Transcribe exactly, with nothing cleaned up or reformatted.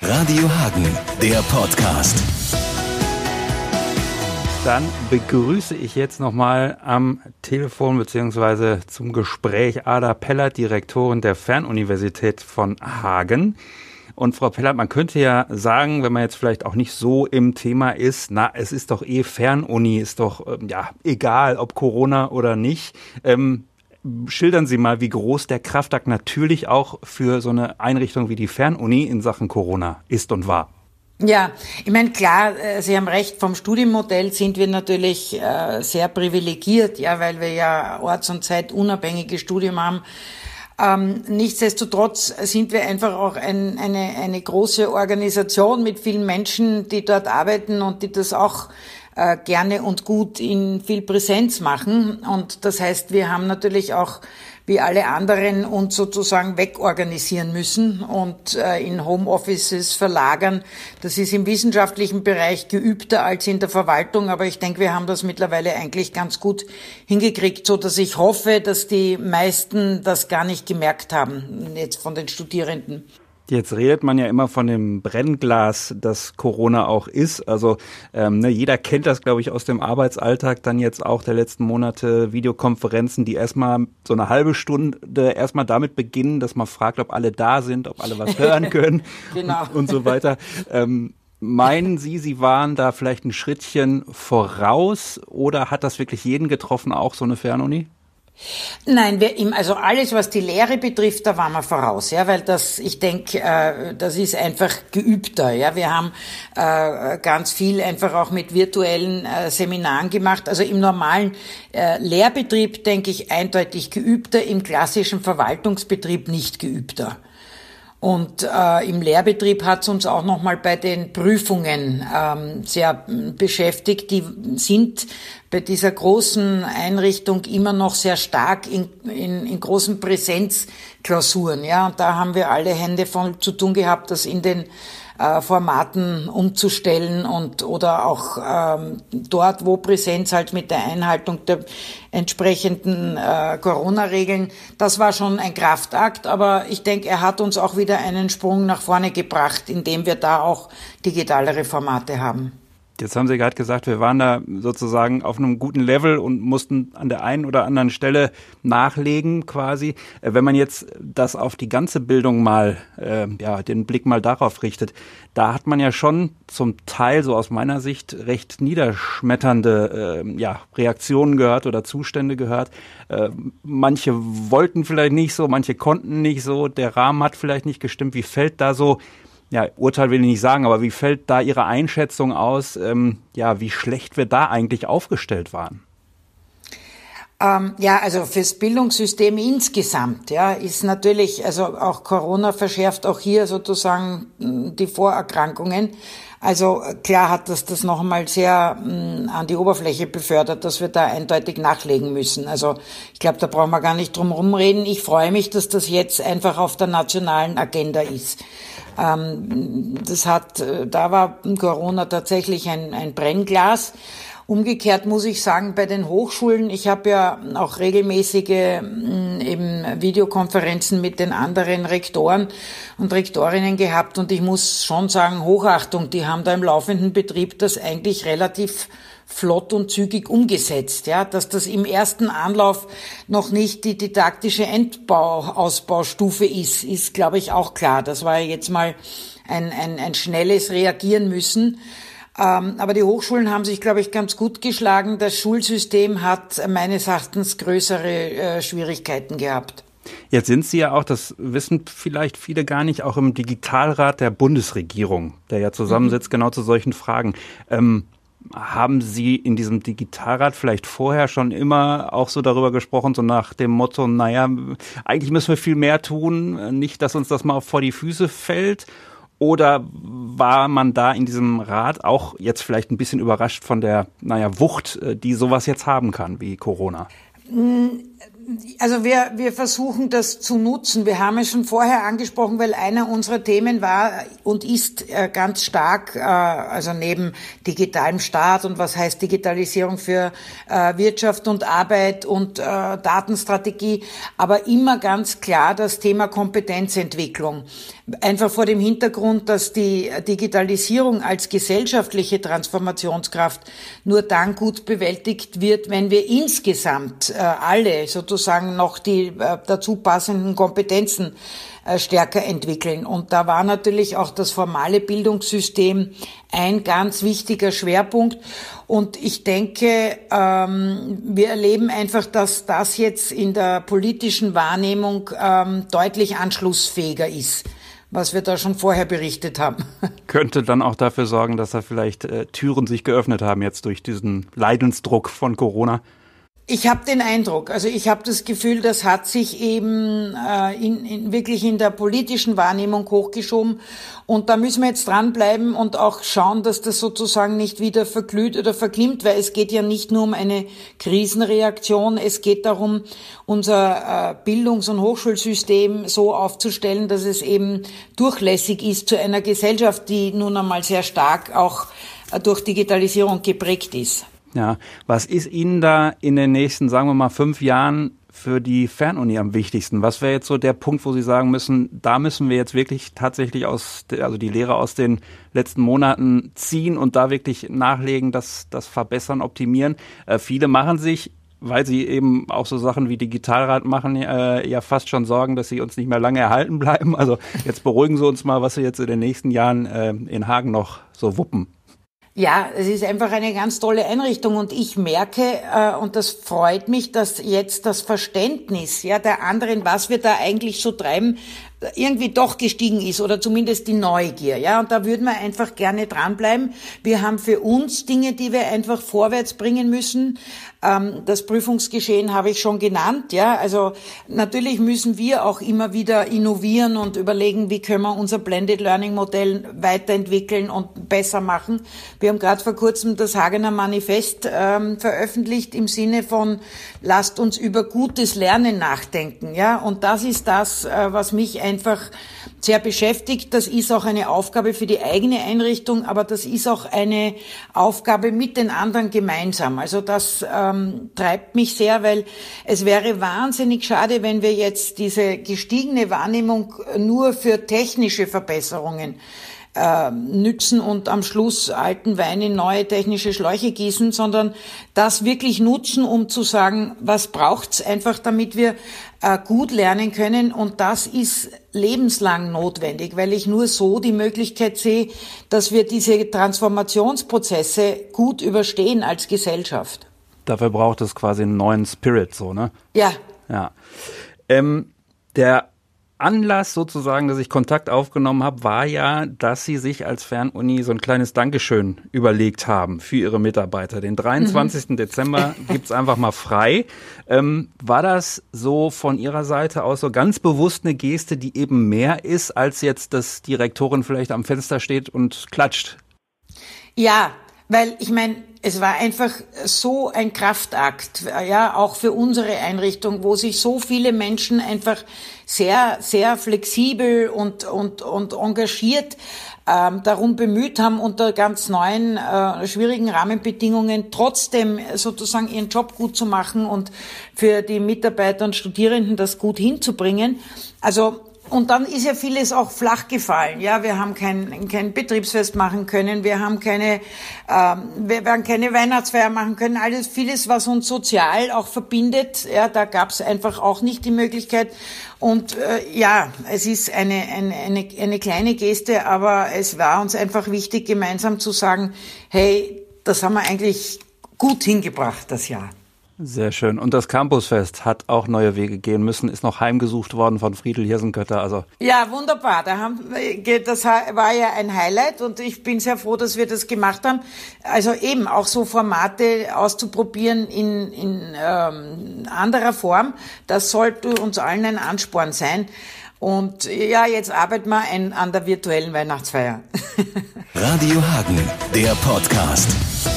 Radio Hagen, der Podcast. Dann begrüße ich jetzt nochmal am Telefon bzw. zum Gespräch Ada Pellert, Direktorin der Fernuniversität von Hagen. Und Frau Pellert, man könnte ja sagen, wenn man jetzt vielleicht auch nicht so im Thema ist, na, es ist doch eh Fernuni, ist doch ähm, ja egal, ob Corona oder nicht. Ähm, schildern Sie mal, wie groß der Kraftakt natürlich auch für so eine Einrichtung wie die Fernuni in Sachen Corona ist und war. Ja, ich meine, klar, Sie haben recht, vom Studienmodell sind wir natürlich äh, sehr privilegiert, ja, weil wir ja orts- und zeitunabhängiges Studium haben. Ähm, nichtsdestotrotz sind wir einfach auch ein, eine, eine große Organisation mit vielen Menschen, die dort arbeiten und die das auch äh, gerne und gut in viel Präsenz machen. Und das heißt, wir haben natürlich auch wie alle anderen uns sozusagen wegorganisieren müssen und äh, in Homeoffices verlagern. Das ist im wissenschaftlichen Bereich geübter als in der Verwaltung, aber ich denke, wir haben das mittlerweile eigentlich ganz gut hingekriegt, so dass ich hoffe, dass die meisten das gar nicht gemerkt haben, jetzt von den Studierenden. Jetzt redet man ja immer von dem Brennglas, das Corona auch ist. Also ähm, ne, jeder kennt das, glaube ich, aus dem Arbeitsalltag dann jetzt auch der letzten Monate, Videokonferenzen, die erstmal so eine halbe Stunde erstmal damit beginnen, dass man fragt, ob alle da sind, ob alle was hören können Genau. und, und so weiter. Ähm, meinen Sie, Sie waren da vielleicht ein Schrittchen voraus oder hat das wirklich jeden getroffen, auch so eine Fernuni? Nein, wir, also alles, was die Lehre betrifft, da waren wir voraus, ja, weil das, ich denke, äh, das ist einfach geübter, ja. Wir haben äh, ganz viel einfach auch mit virtuellen äh, Seminaren gemacht. Also im normalen äh, Lehrbetrieb, denke ich, eindeutig geübter, im klassischen Verwaltungsbetrieb nicht geübter. Und äh, im Lehrbetrieb hat es uns auch nochmal bei den Prüfungen ähm, sehr beschäftigt. Die sind bei dieser großen Einrichtung immer noch sehr stark in, in, in großen Präsenzklausuren. Ja, und da haben wir alle Hände voll zu tun gehabt, das in den äh, Formaten umzustellen und oder auch ähm, dort, wo Präsenz halt mit der Einhaltung der entsprechenden äh, Corona-Regeln, das war schon ein Kraftakt, aber ich denke, er hat uns auch wieder einen Sprung nach vorne gebracht, indem wir da auch digitalere Formate haben. Jetzt haben Sie gerade gesagt, wir waren da sozusagen auf einem guten Level und mussten an der einen oder anderen Stelle nachlegen quasi. Wenn man jetzt das auf die ganze Bildung mal, äh, ja, den Blick mal darauf richtet, da hat man ja schon zum Teil, so aus meiner Sicht, recht niederschmetternde äh, ja, Reaktionen gehört oder Zustände gehört. Äh, manche wollten vielleicht nicht so, manche konnten nicht so, der Rahmen hat vielleicht nicht gestimmt. Wie fällt da so, ja, Urteil will ich nicht sagen, aber wie fällt da Ihre Einschätzung aus, ähm, ja, wie schlecht wir da eigentlich aufgestellt waren? Ähm, ja, also fürs Bildungssystem insgesamt, ja, ist natürlich, also auch Corona verschärft auch hier sozusagen die Vorerkrankungen. Also klar hat das das noch einmal sehr mh, an die Oberfläche befördert, dass wir da eindeutig nachlegen müssen. Also ich glaube, da brauchen wir gar nicht drum rumreden. Ich freue mich, dass das jetzt einfach auf der nationalen Agenda ist. Ähm, das hat, da war Corona tatsächlich ein, ein Brennglas. Umgekehrt muss ich sagen, bei den Hochschulen, ich habe ja auch regelmäßige eben Videokonferenzen mit den anderen Rektoren und Rektorinnen gehabt und ich muss schon sagen, Hochachtung, die haben da im laufenden Betrieb das eigentlich relativ flott und zügig umgesetzt, ja, dass das im ersten Anlauf noch nicht die didaktische Endbau-Ausbaustufe ist, ist, glaube ich, auch klar. Das war ja jetzt mal ein, ein, ein schnelles Reagieren müssen. Ähm, aber die Hochschulen haben sich, glaube ich, ganz gut geschlagen. Das Schulsystem hat meines Erachtens größere äh, Schwierigkeiten gehabt. Jetzt sind Sie ja auch, das wissen vielleicht viele gar nicht, auch im Digitalrat der Bundesregierung, der ja zusammensitzt, mhm. genau zu solchen Fragen. Ähm, haben Sie in diesem Digitalrat vielleicht vorher schon immer auch so darüber gesprochen, so nach dem Motto, naja, eigentlich müssen wir viel mehr tun, nicht, dass uns das mal vor die Füße fällt? Oder war man da in diesem Rat auch jetzt vielleicht ein bisschen überrascht von der, naja, Wucht, die sowas jetzt haben kann, wie Corona? Also wir, wir versuchen das zu nutzen. Wir haben es schon vorher angesprochen, weil einer unserer Themen war und ist äh, ganz stark, äh, also neben digitalem Staat und was heißt Digitalisierung für äh, Wirtschaft und Arbeit und äh, Datenstrategie, aber immer ganz klar das Thema Kompetenzentwicklung. Einfach vor dem Hintergrund, dass die Digitalisierung als gesellschaftliche Transformationskraft nur dann gut bewältigt wird, wenn wir insgesamt äh, alle sozusagen noch die äh, dazu passenden Kompetenzen äh, stärker entwickeln. Und da war natürlich auch das formale Bildungssystem ein ganz wichtiger Schwerpunkt. Und ich denke, ähm, wir erleben einfach, dass das jetzt in der politischen Wahrnehmung ähm, deutlich anschlussfähiger ist, was wir da schon vorher berichtet haben. Könnte dann auch dafür sorgen, dass da vielleicht äh, Türen sich geöffnet haben jetzt durch diesen Leidensdruck von Corona? Ich habe den Eindruck, also ich habe das Gefühl, das hat sich eben äh, in, in, wirklich in der politischen Wahrnehmung hochgeschoben. Und da müssen wir jetzt dranbleiben und auch schauen, dass das sozusagen nicht wieder verglüht oder verglimmt, weil es geht ja nicht nur um eine Krisenreaktion, es geht darum, unser äh, Bildungs- und Hochschulsystem so aufzustellen, dass es eben durchlässig ist zu einer Gesellschaft, die nun einmal sehr stark auch äh, durch Digitalisierung geprägt ist. Ja, was ist Ihnen da in den nächsten, sagen wir mal, fünf Jahren für die Fernuni am wichtigsten? Was wäre jetzt so der Punkt, wo Sie sagen müssen, da müssen wir jetzt wirklich tatsächlich aus, also die Lehre aus den letzten Monaten ziehen und da wirklich nachlegen, das, das verbessern, optimieren? Äh, viele machen sich, weil sie eben auch so Sachen wie Digitalrat machen, äh, ja fast schon Sorgen, dass sie uns nicht mehr lange erhalten bleiben. Also jetzt beruhigen Sie uns mal, was Sie jetzt in den nächsten Jahren äh, in Hagen noch so wuppen. Ja, es ist einfach eine ganz tolle Einrichtung und ich merke, äh, und das freut mich, dass jetzt das Verständnis ja der anderen, was wir da eigentlich so treiben, irgendwie doch gestiegen ist oder zumindest die Neugier, ja, und da würden wir einfach gerne dranbleiben. Wir haben für uns Dinge, die wir einfach vorwärts bringen müssen. Ähm, das Prüfungsgeschehen habe ich schon genannt, ja, also natürlich müssen wir auch immer wieder innovieren und überlegen, wie können wir unser Blended Learning Modell weiterentwickeln und besser machen. Wir haben gerade vor kurzem das Hagener Manifest ähm, veröffentlicht im Sinne von, lasst uns über gutes Lernen nachdenken, ja, und das ist das, äh, was mich einfach sehr beschäftigt. Das ist auch eine Aufgabe für die eigene Einrichtung, aber das ist auch eine Aufgabe mit den anderen gemeinsam. Also das ähm, treibt mich sehr, weil es wäre wahnsinnig schade, wenn wir jetzt diese gestiegene Wahrnehmung nur für technische Verbesserungen äh, nützen und am Schluss alten Wein in neue technische Schläuche gießen, sondern das wirklich nutzen, um zu sagen, was braucht's einfach, damit wir äh, gut lernen können, und das ist lebenslang notwendig, weil ich nur so die Möglichkeit sehe, dass wir diese Transformationsprozesse gut überstehen als Gesellschaft. Dafür braucht es quasi einen neuen Spirit, so, ne? Ja. Ja. Ähm, der Anlass sozusagen, dass ich Kontakt aufgenommen habe, war ja, dass Sie sich als Fernuni so ein kleines Dankeschön überlegt haben für Ihre Mitarbeiter. Den dreiundzwanzigsten Mhm. Dezember gibt's einfach mal frei. Ähm, war das so von Ihrer Seite aus so ganz bewusst eine Geste, die eben mehr ist, als jetzt, dass die Rektorin vielleicht am Fenster steht und klatscht? Ja, weil ich meine, es war einfach so ein Kraftakt, ja, auch für unsere Einrichtung, wo sich so viele Menschen einfach sehr, sehr flexibel und und und engagiert ähm, darum bemüht haben, unter ganz neuen, äh, schwierigen Rahmenbedingungen trotzdem sozusagen ihren Job gut zu machen und für die Mitarbeiter und Studierenden das gut hinzubringen. Also und dann ist ja vieles auch flach gefallen. Ja, wir haben kein, kein Betriebsfest machen können, wir haben keine, ähm, wir werden keine Weihnachtsfeier machen können. Alles, vieles, was uns sozial auch verbindet, ja, da gab es einfach auch nicht die Möglichkeit. Und äh, ja, es ist eine, eine, eine, eine kleine Geste, aber es war uns einfach wichtig, gemeinsam zu sagen, hey, das haben wir eigentlich gut hingebracht, das Jahr. Sehr schön. Und das Campusfest hat auch neue Wege gehen müssen, ist noch heimgesucht worden von Friedel Hirsenkötter. Also ja, wunderbar. Da haben, das war ja ein Highlight und ich bin sehr froh, dass wir das gemacht haben. Also eben auch so Formate auszuprobieren in, in ähm, anderer Form, das sollte uns allen ein Ansporn sein. Und ja, jetzt arbeiten wir ein, an der virtuellen Weihnachtsfeier. Radio Hagen, der Podcast.